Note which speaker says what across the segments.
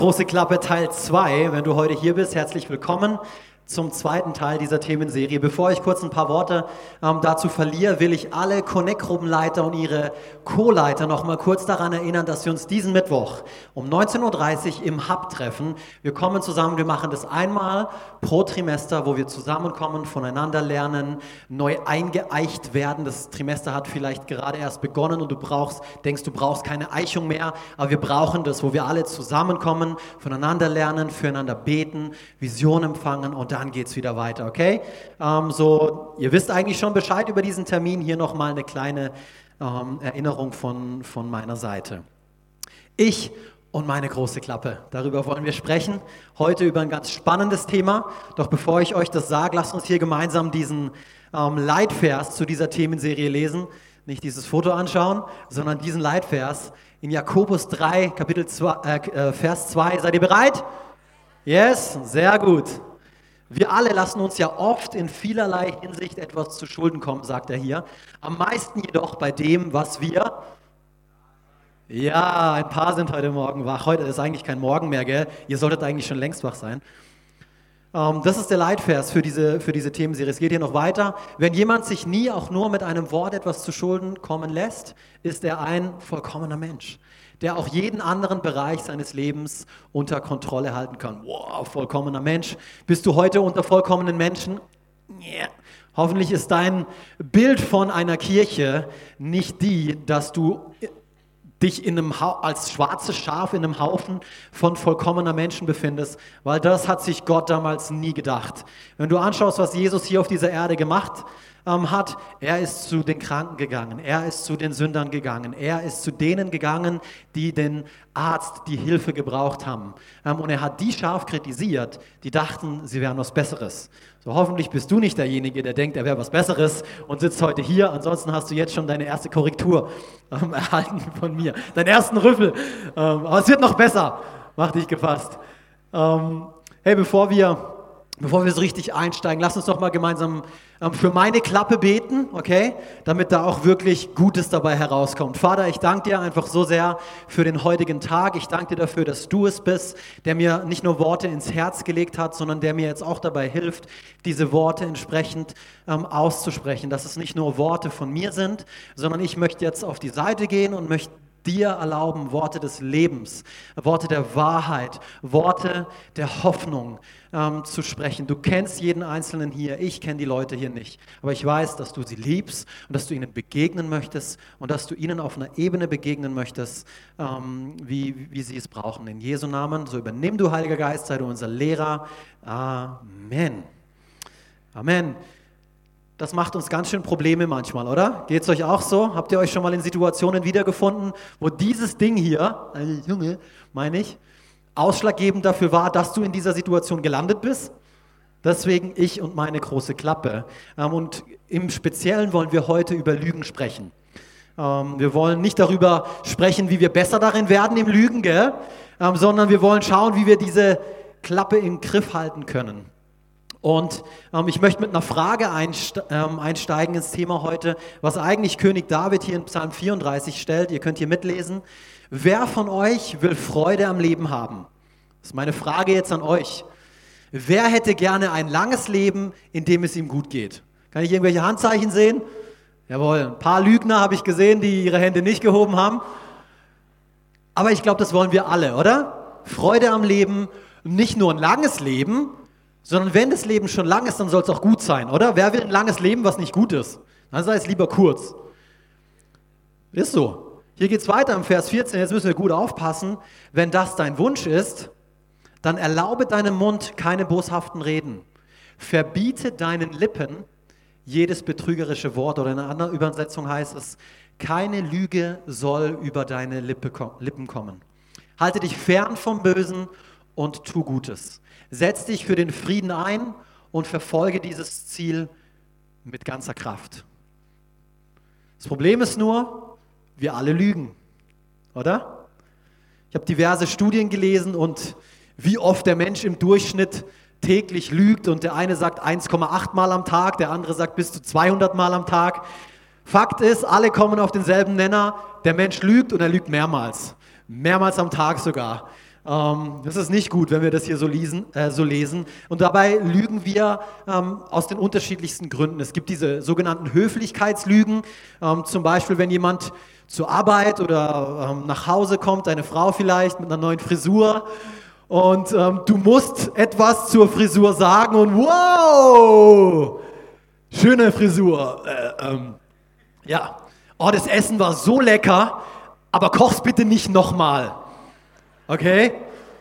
Speaker 1: Große Klappe Teil 2. Wenn du heute hier bist, herzlich willkommen zum zweiten Teil dieser Themenserie. Bevor ich kurz ein paar Worte dazu verliere, will ich alle Connect-Gruppenleiter und ihre Co-Leiter noch mal kurz daran erinnern, dass wir uns diesen Mittwoch um 19.30 Uhr im Hub treffen. Wir kommen zusammen, wir machen das einmal pro Trimester, wo wir zusammenkommen, voneinander lernen, neu eingeeicht werden. Das Trimester hat vielleicht gerade erst begonnen und du denkst, du brauchst keine Eichung mehr, aber wir brauchen das, wo wir alle zusammenkommen, voneinander lernen, füreinander beten, Vision empfangen und dann geht es wieder weiter, okay? Ihr wisst eigentlich schon Bescheid über diesen Termin. Hier nochmal eine kleine Erinnerung von meiner Seite. Ich und meine große Klappe, darüber wollen wir sprechen. Heute über ein ganz spannendes Thema. Doch bevor ich euch das sage, lasst uns hier gemeinsam diesen Leitvers zu dieser Themenserie lesen. Nicht dieses Foto anschauen, sondern diesen Leitvers in Jakobus 3, Kapitel 2, Vers 2. Seid ihr bereit? Yes, sehr gut. Wir alle lassen uns ja oft in vielerlei Hinsicht etwas zu Schulden kommen, sagt er hier. Am meisten jedoch bei dem, was wir... Ja, ein paar sind heute Morgen wach. Heute ist eigentlich kein Morgen mehr, gell? Ihr solltet eigentlich schon längst wach sein. Das ist der Leitvers für diese Themenserie. Es geht hier noch weiter. Wenn jemand sich nie auch nur mit einem Wort etwas zu Schulden kommen lässt, ist er ein vollkommener Mensch, der auch jeden anderen Bereich seines Lebens unter Kontrolle halten kann. Wow, vollkommener Mensch. Bist du heute unter vollkommenen Menschen? Yeah. Hoffentlich ist dein Bild von einer Kirche nicht die, dass du dich als schwarzes Schaf in einem Haufen von vollkommener Menschen befindest, weil das hat sich Gott damals nie gedacht. Wenn du anschaust, was Jesus hier auf dieser Erde gemacht hat, er ist zu den Kranken gegangen, er ist zu den Sündern gegangen, er ist zu denen gegangen, die den Arzt, die Hilfe gebraucht haben. Und er hat die scharf kritisiert, die dachten, sie wären was Besseres. So, hoffentlich bist du nicht derjenige, der denkt, er wäre was Besseres und sitzt heute hier. Ansonsten hast du jetzt schon deine erste Korrektur erhalten von mir, deinen ersten Rüffel. Aber es wird noch besser, mach dich gefasst. Hey, bevor wir so richtig einsteigen, lass uns doch mal gemeinsam für meine Klappe beten, okay? Damit da auch wirklich Gutes dabei herauskommt. Vater, ich danke dir einfach so sehr für den heutigen Tag. Ich danke dir dafür, dass du es bist, der mir nicht nur Worte ins Herz gelegt hat, sondern der mir jetzt auch dabei hilft, diese Worte entsprechend auszusprechen. Dass es nicht nur Worte von mir sind, sondern ich möchte jetzt auf die Seite gehen und möchte dir erlauben, Worte des Lebens, Worte der Wahrheit, Worte der Hoffnung zu sprechen. Du kennst jeden Einzelnen hier, ich kenne die Leute hier nicht, aber ich weiß, dass du sie liebst und dass du ihnen begegnen möchtest und dass du ihnen auf einer Ebene begegnen möchtest, wie sie es brauchen. In Jesu Namen, so übernimm du, Heiliger Geist, sei du unser Lehrer. Amen. Amen. Das macht uns ganz schön Probleme manchmal, oder? Geht es euch auch so? Habt ihr euch schon mal in Situationen wiedergefunden, wo dieses Ding hier, Junge, meine ich, ausschlaggebend dafür war, dass du in dieser Situation gelandet bist? Deswegen ich und meine große Klappe. Und im Speziellen wollen wir heute über Lügen sprechen. Wir wollen nicht darüber sprechen, wie wir besser darin werden im Lügen, gell? Sondern wir wollen schauen, wie wir diese Klappe im Griff halten können. Und ich möchte mit einer Frage einsteigen ins Thema heute, was eigentlich König David hier in Psalm 34 stellt. Ihr könnt hier mitlesen. Wer von euch will Freude am Leben haben? Das ist meine Frage jetzt an euch. Wer hätte gerne ein langes Leben, in dem es ihm gut geht? Kann ich irgendwelche Handzeichen sehen? Jawohl, ein paar Lügner habe ich gesehen, die ihre Hände nicht gehoben haben. Aber ich glaube, das wollen wir alle, oder? Freude am Leben, nicht nur ein langes Leben, sondern wenn das Leben schon lang ist, dann soll es auch gut sein, oder? Wer will ein langes Leben, was nicht gut ist? Dann sei es lieber kurz. Ist so. Hier geht es weiter im Vers 14, jetzt müssen wir gut aufpassen. Wenn das dein Wunsch ist, dann erlaube deinem Mund keine boshaften Reden. Verbiete deinen Lippen jedes betrügerische Wort. Oder in einer anderen Übersetzung heißt es, keine Lüge soll über deine Lippen kommen. Halte dich fern vom Bösen und tu Gutes. Setz dich für den Frieden ein und verfolge dieses Ziel mit ganzer Kraft. Das Problem ist nur, wir alle lügen, oder? Ich habe diverse Studien gelesen und wie oft der Mensch im Durchschnitt täglich lügt und der eine sagt 1,8 Mal am Tag, der andere sagt bis zu 200 Mal am Tag. Fakt ist, alle kommen auf denselben Nenner, der Mensch lügt und er lügt mehrmals am Tag sogar. Das ist nicht gut, wenn wir das hier so lesen. Und dabei lügen wir aus den unterschiedlichsten Gründen. Es gibt diese sogenannten Höflichkeitslügen. Zum Beispiel, wenn jemand zur Arbeit oder nach Hause kommt, deine Frau vielleicht mit einer neuen Frisur. Und du musst etwas zur Frisur sagen und wow, schöne Frisur. Ja, oh, das Essen war so lecker, aber koch's bitte nicht nochmal. Okay?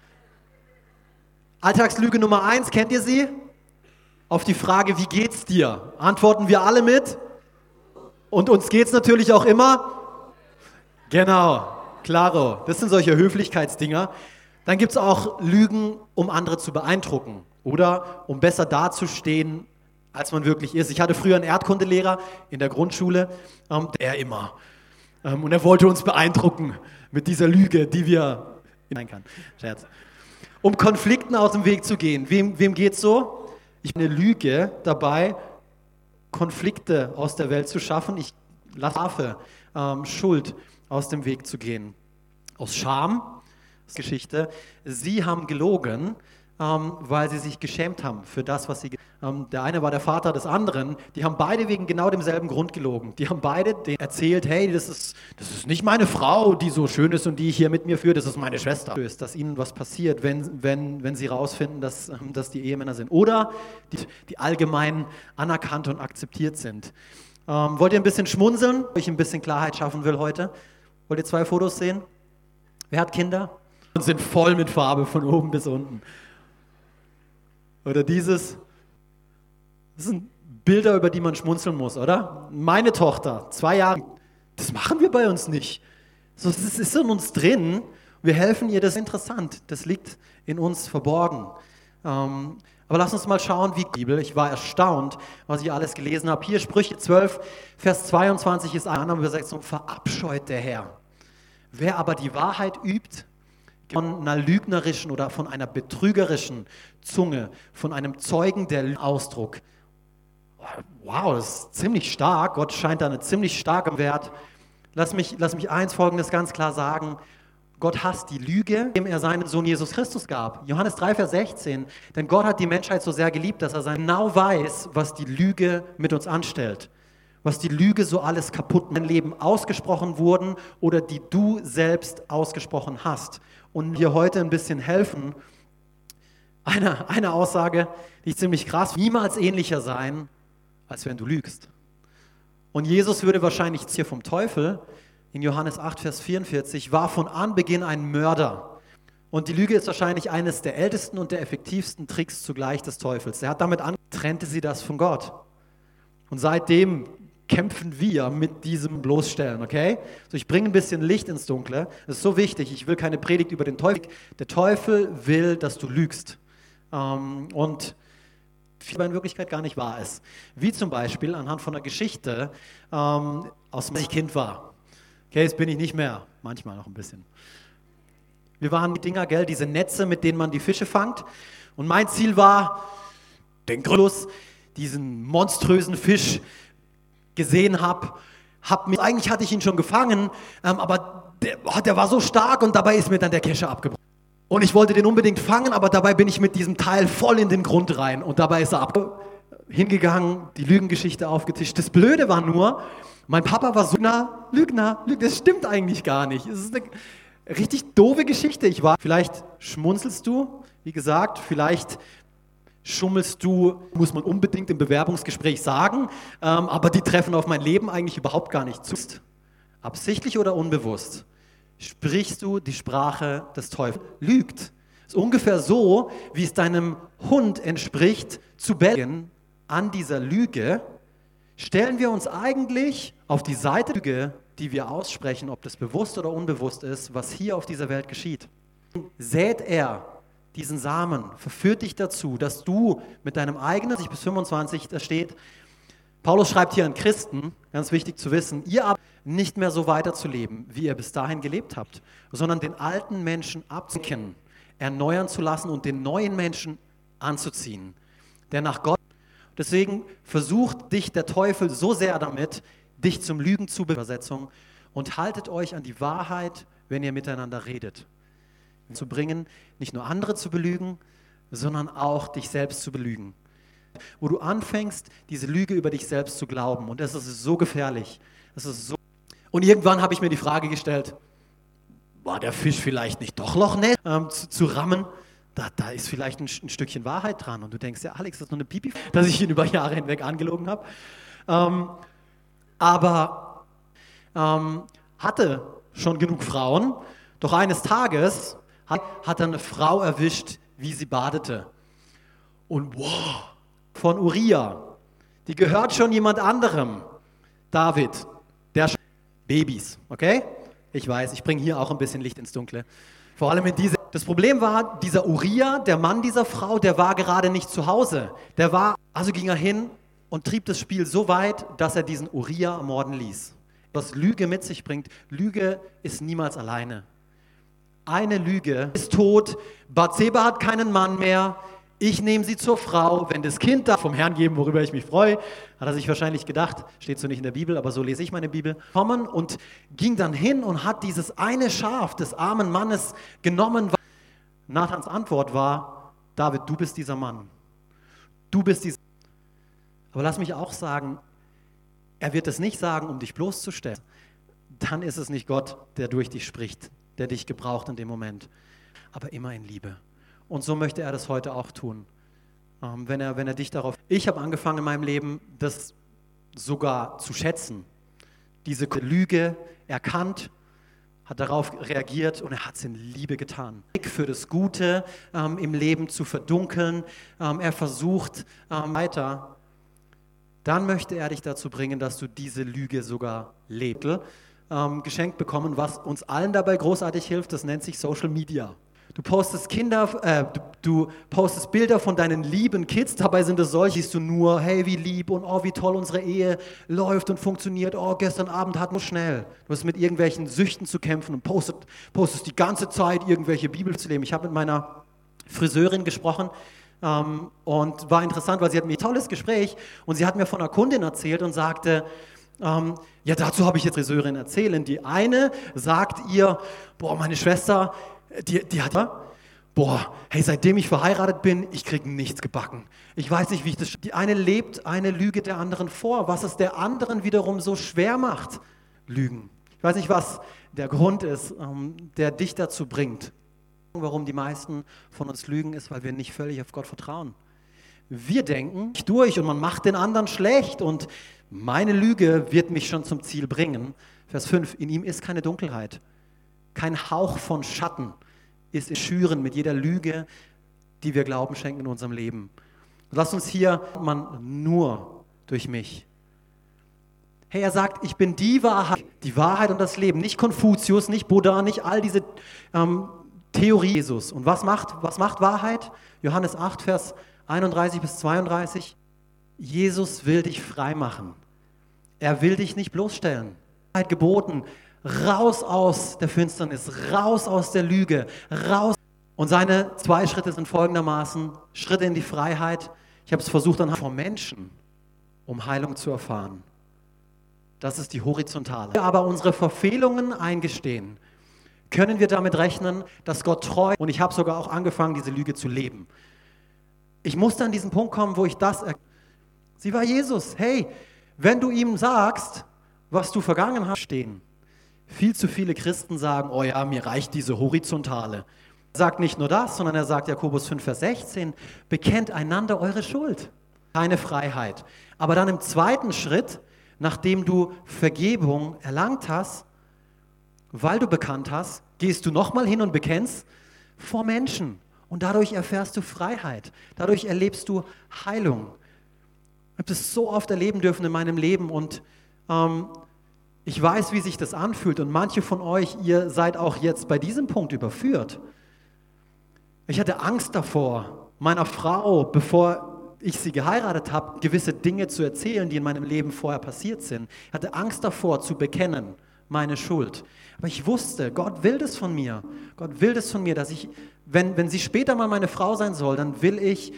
Speaker 1: Alltagslüge Nummer 1, kennt ihr sie? Auf die Frage, wie geht's dir? Antworten wir alle mit. Und uns geht's natürlich auch immer. Genau, klaro. Das sind solche Höflichkeitsdinger. Dann gibt es auch Lügen, um andere zu beeindrucken oder um besser dazustehen, als man wirklich ist. Ich hatte früher einen Erdkundelehrer in der Grundschule, der immer. Und er wollte uns beeindrucken mit dieser Lüge, die wir... Nein, kann. Scherz. Um Konflikten aus dem Weg zu gehen. Wem geht's so? Ich bin eine Lüge dabei, Konflikte aus der Welt zu schaffen. Ich lasse Schuld aus dem Weg zu gehen. Aus Scham, das ist Geschichte. Sie haben gelogen, weil sie sich geschämt haben für das, was sie... Der eine war der Vater des anderen. Die haben beide wegen genau demselben Grund gelogen. Die haben beide denen erzählt, hey, das ist nicht meine Frau, die so schön ist und die ich hier mit mir führe, das ist meine Schwester. Dass ihnen was passiert, wenn sie rausfinden, dass die Ehemänner sind. Oder die allgemein anerkannt und akzeptiert sind. Wollt ihr ein bisschen schmunzeln? Ob ich ein bisschen Klarheit schaffen will heute? Wollt ihr 2 Fotos sehen? Wer hat Kinder? Und sind voll mit Farbe von oben bis unten. Oder dieses. Das sind Bilder, über die man schmunzeln muss, oder? Meine Tochter, 2 Jahre. Das machen wir bei uns nicht. Das ist in uns drin. Wir helfen ihr, das ist interessant. Das liegt in uns verborgen. Aber lass uns mal schauen, wie die Bibel. Ich war erstaunt, was ich alles gelesen habe. Hier Sprüche 12, Vers 22 ist eine andere Übersetzung. Verabscheut der Herr. Wer aber die Wahrheit übt, von einer lügnerischen oder von einer betrügerischen Zunge, von einem Zeugen der Ausdruck. Wow, das ist ziemlich stark. Gott scheint da einen ziemlich starken Wert. Lass mich Folgendes ganz klar sagen. Gott hasst die Lüge, indem er seinen Sohn Jesus Christus gab. Johannes 3, Vers 16. Denn Gott hat die Menschheit so sehr geliebt, dass er genau weiß, was die Lüge mit uns anstellt. Was die Lüge so alles kaputt macht, in deinem Leben ausgesprochen wurden oder die du selbst ausgesprochen hast. Und dir heute ein bisschen helfen. Eine Aussage, die ich ziemlich krass finde. Niemals ähnlicher sein, als wenn du lügst. Und Jesus würde wahrscheinlich hier vom Teufel, in Johannes 8, Vers 44, war von Anbeginn ein Mörder. Und die Lüge ist wahrscheinlich eines der ältesten und der effektivsten Tricks zugleich des Teufels. Er hat damit trennte sie das von Gott. Und seitdem kämpfen wir mit diesem Bloßstellen, okay? So, ich bringe ein bisschen Licht ins Dunkle. Das ist so wichtig. Ich will keine Predigt über den Teufel. Der Teufel will, dass du lügst. Und viel in Wirklichkeit gar nicht wahr ist. Wie zum Beispiel anhand von einer Geschichte, als ich Kind war. Okay, jetzt bin ich nicht mehr. Manchmal noch ein bisschen. Wir waren die Dinger, gell, diese Netze, mit denen man die Fische fangt. Und mein Ziel war, den Größ, diesen monströsen Fisch gesehen habe. Eigentlich hatte ich ihn schon gefangen, aber der war so stark und dabei ist mir dann der Kescher abgebrochen. Und ich wollte den unbedingt fangen, aber dabei bin ich mit diesem Teil voll in den Grund rein und dabei ist er hingegangen, die Lügengeschichte aufgetischt. Das Blöde war nur, mein Papa war so, Lügner, das stimmt eigentlich gar nicht. Es ist eine richtig doofe Geschichte. Vielleicht schmunzelst du, wie gesagt, vielleicht schummelst du, muss man unbedingt im Bewerbungsgespräch sagen, aber die treffen auf mein Leben eigentlich überhaupt gar nicht zu. Absichtlich oder unbewusst sprichst du die Sprache des Teufels. Lügt. Es ist ungefähr so, wie es deinem Hund entspricht, zu bellen. An dieser Lüge stellen wir uns eigentlich auf die Seite der Lüge, die wir aussprechen, ob das bewusst oder unbewusst ist, was hier auf dieser Welt geschieht. Sät er diesen Samen, verführt dich dazu, dass du mit deinem eigenen, 20 bis 25, da steht, Paulus schreibt hier an Christen, ganz wichtig zu wissen, ihr aber nicht mehr so weiterzuleben, wie ihr bis dahin gelebt habt, sondern den alten Menschen abzukennen, erneuern zu lassen und den neuen Menschen anzuziehen, der nach Gott. Deswegen versucht dich der Teufel so sehr damit, dich zum Lügen zu Übersetzung und haltet euch an die Wahrheit, wenn ihr miteinander redet. zu bringen, nicht nur andere zu belügen, sondern auch dich selbst zu belügen. Wo du anfängst, diese Lüge über dich selbst zu glauben. Und das ist so gefährlich. Und irgendwann habe ich mir die Frage gestellt, war der Fisch vielleicht nicht doch Loch Ness zu rammen? Da ist vielleicht ein Stückchen Wahrheit dran. Und du denkst, ja Alex, das ist nur eine Pipi, dass ich ihn über Jahre hinweg angelogen habe. Aber hatte schon genug Frauen. Doch eines Tages hat er eine Frau erwischt, wie sie badete. Und wow, von Uriah, die gehört schon jemand anderem. David, der Babys, okay? Ich weiß, ich bringe hier auch ein bisschen Licht ins Dunkle. Vor allem in diese. Das Problem war, dieser Uriah, der Mann dieser Frau, der war gerade nicht zu Hause. Also ging er hin und trieb das Spiel so weit, dass er diesen Uriah ermorden ließ. Was Lüge mit sich bringt, Lüge ist niemals alleine. Eine Lüge ist tot, Bathseba hat keinen Mann mehr, ich nehme sie zur Frau, wenn das Kind da vom Herrn geben, worüber ich mich freue, hat er sich wahrscheinlich gedacht, steht so nicht in der Bibel, aber so lese ich meine Bibel, kommen und ging dann hin und hat dieses eine Schaf des armen Mannes genommen. Nathans Antwort war, David, du bist dieser Mann. Du bist dieser. Aber lass mich auch sagen, er wird es nicht sagen, um dich bloßzustellen. Dann ist es nicht Gott, der durch dich spricht, der dich gebraucht in dem Moment, aber immer in Liebe. Und so möchte er das heute auch tun, wenn er dich darauf... Ich habe angefangen in meinem Leben, das sogar zu schätzen, diese Lüge erkannt, hat darauf reagiert und er hat es in Liebe getan. Für das Gute im Leben zu verdunkeln, er versucht weiter, dann möchte er dich dazu bringen, dass du diese Lüge sogar lebst. Geschenkt bekommen, was uns allen dabei großartig hilft, das nennt sich Social Media. Du postest du postest Bilder von deinen lieben Kids, dabei sind es solche, siehst du nur, hey, wie lieb und oh, wie toll unsere Ehe läuft und funktioniert, oh, gestern Abend hatten wir schnell. Du hast mit irgendwelchen Süchten zu kämpfen und postest die ganze Zeit irgendwelche Bibel zu leben. Ich habe mit meiner Friseurin gesprochen und war interessant, weil sie hat mir ein tolles Gespräch und sie hat mir von einer Kundin erzählt und sagte, ja, dazu habe ich jetzt Friseurin erzählen. Die eine sagt ihr, boah, meine Schwester, die hat, boah, hey, seitdem ich verheiratet bin, ich kriege nichts gebacken. Ich weiß nicht, wie ich das... Die eine lebt eine Lüge der anderen vor, was es der anderen wiederum so schwer macht, Lügen. Ich weiß nicht, was der Grund ist, der dich dazu bringt. Warum die meisten von uns lügen, ist, weil wir nicht völlig auf Gott vertrauen. Wir denken durch und man macht den anderen schlecht und meine Lüge wird mich schon zum Ziel bringen. Vers 5, in ihm ist keine Dunkelheit. Kein Hauch von Schatten ist schüren mit jeder Lüge, die wir Glauben schenken in unserem Leben. Lass uns hier, nur durch mich. Hey, er sagt, ich bin die Wahrheit und das Leben. Nicht Konfuzius, nicht Buddha, nicht all diese Theorie Jesus. Und was macht Wahrheit? Johannes 8, Vers 31 bis 32. Jesus will dich frei machen. Er will dich nicht bloßstellen. Er hat geboten, raus aus der Finsternis, raus aus der Lüge, raus. Und seine 2 Schritte sind folgendermaßen, Schritte in die Freiheit. Ich habe es versucht anhand von Menschen, um Heilung zu erfahren. Das ist die horizontale. Wenn wir aber unsere Verfehlungen eingestehen, können wir damit rechnen, dass Gott treu ist. Und ich habe sogar auch angefangen, diese Lüge zu leben. Ich musste an diesen Punkt kommen, wo ich sie war Jesus. Hey, wenn du ihm sagst, was du vergangen hast, stehen. Viel zu viele Christen sagen, oh ja, mir reicht diese horizontale. Er sagt nicht nur das, sondern er sagt, Jakobus 5, Vers 16, bekennt einander eure Schuld. Keine Freiheit. Aber dann im zweiten Schritt, nachdem du Vergebung erlangt hast, weil du bekannt hast, gehst du nochmal hin und bekennst vor Menschen. Und dadurch erfährst du Freiheit. Dadurch erlebst du Heilung. Ich habe das so oft erleben dürfen in meinem Leben und ich weiß, wie sich das anfühlt. Und manche von euch, ihr seid auch jetzt bei diesem Punkt überführt. Ich hatte Angst davor, meiner Frau, bevor ich sie geheiratet habe, gewisse Dinge zu erzählen, die in meinem Leben vorher passiert sind. Ich hatte Angst davor, zu bekennen, meine Schuld. Aber ich wusste, Gott will das von mir. Gott will das von mir, dass ich, wenn sie später mal meine Frau sein soll, dann will ich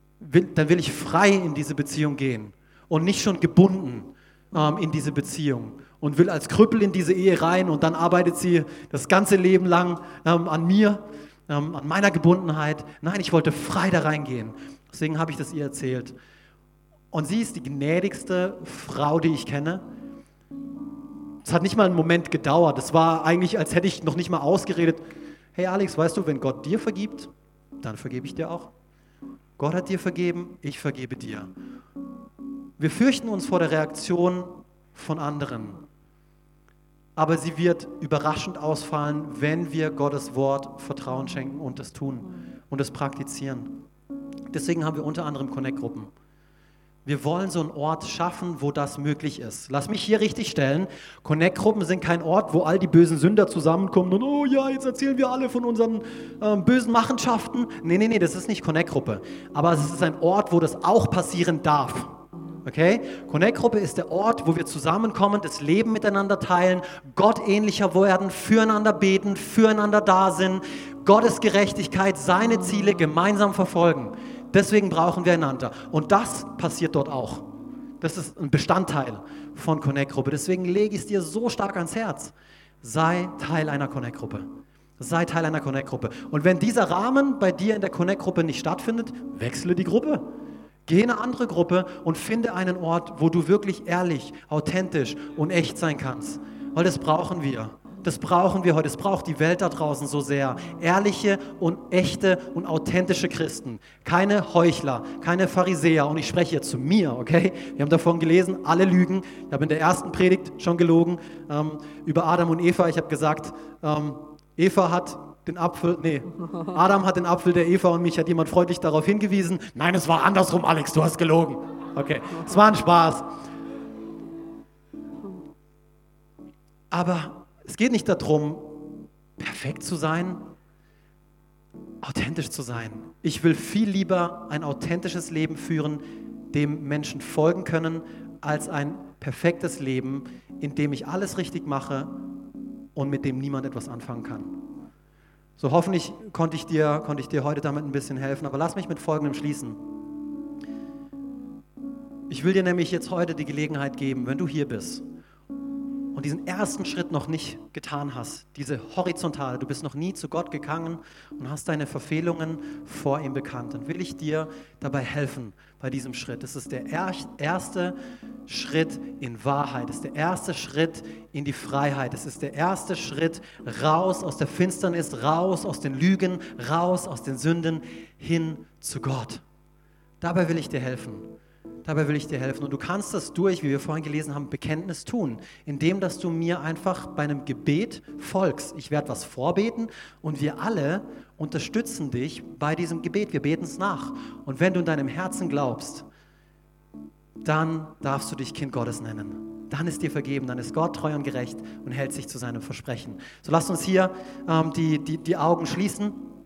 Speaker 1: frei in diese Beziehung gehen und nicht schon gebunden in diese Beziehung und will als Krüppel in diese Ehe rein und dann arbeitet sie das ganze Leben lang an mir. an meiner Gebundenheit. Nein, ich wollte frei da reingehen. Deswegen habe ich das ihr erzählt. Und sie ist die gnädigste Frau, die ich kenne. Es hat nicht mal einen Moment gedauert. Es war eigentlich, als hätte ich noch nicht mal ausgeredet. Hey Alex, weißt du, wenn Gott dir vergibt, dann vergebe ich dir auch. Gott hat dir vergeben, ich vergebe dir. Wir fürchten uns vor der Reaktion von anderen. Aber sie wird überraschend ausfallen, wenn wir Gottes Wort Vertrauen schenken und es tun und es praktizieren. Deswegen haben wir unter anderem Connect-Gruppen. Wir wollen so einen Ort schaffen, wo das möglich ist. Lass mich hier richtig stellen. Connect-Gruppen sind kein Ort, wo all die bösen Sünder zusammenkommen und oh ja, jetzt erzählen wir alle von unseren bösen Machenschaften. Nee, das ist nicht Connect-Gruppe. Aber es ist ein Ort, wo das auch passieren darf. Okay? Connect-Gruppe ist der Ort, wo wir zusammenkommen, das Leben miteinander teilen, Gott ähnlicher werden, füreinander beten, füreinander da sind, Gottes Gerechtigkeit, seine Ziele gemeinsam verfolgen. Deswegen brauchen wir einander. Und das passiert dort auch. Das ist ein Bestandteil von Connect-Gruppe. Deswegen lege ich es dir so stark ans Herz. Sei Teil einer Connect-Gruppe. Sei Teil einer Connect-Gruppe. Und wenn dieser Rahmen bei dir in der Connect-Gruppe nicht stattfindet, wechsle die Gruppe. Geh in eine andere Gruppe und finde einen Ort, wo du wirklich ehrlich, authentisch und echt sein kannst. Weil das brauchen wir. Das brauchen wir heute. Das braucht die Welt da draußen so sehr. Ehrliche und echte und authentische Christen. Keine Heuchler, keine Pharisäer. Und ich spreche jetzt zu mir, okay? Wir haben davon gelesen, alle lügen. Ich habe in der ersten Predigt schon gelogen über Adam und Eva. Ich habe gesagt, Adam hat den Apfel der Eva und mich hat jemand freundlich darauf hingewiesen. Nein, es war andersrum, Alex, du hast gelogen. Okay, es war ein Spaß. Aber es geht nicht darum, perfekt zu sein, authentisch zu sein. Ich will viel lieber ein authentisches Leben führen, dem Menschen folgen können, als ein perfektes Leben, in dem ich alles richtig mache und mit dem niemand etwas anfangen kann. So, hoffentlich konnte ich dir heute damit ein bisschen helfen, aber lass mich mit Folgendem schließen. Ich will dir nämlich jetzt heute die Gelegenheit geben, wenn du hier bist und diesen ersten Schritt noch nicht getan hast, diese horizontale, du bist noch nie zu Gott gegangen und hast deine Verfehlungen vor ihm bekannt, dann will ich dir dabei helfen bei diesem Schritt. Das ist der erste Schritt in Wahrheit, das ist der erste Schritt in die Freiheit, es ist der erste Schritt raus aus der Finsternis, raus aus den Lügen, raus aus den Sünden, hin zu Gott. Dabei will ich dir helfen. Und du kannst das durch, wie wir vorhin gelesen haben, Bekenntnis tun, indem dass du mir einfach bei einem Gebet folgst. Ich werde was vorbeten und wir alle unterstützen dich bei diesem Gebet. Wir beten es nach. Und wenn du in deinem Herzen glaubst, dann darfst du dich Kind Gottes nennen. Dann ist dir vergeben, dann ist Gott treu und gerecht und hält sich zu seinem Versprechen. So lasst uns hier die Augen schließen.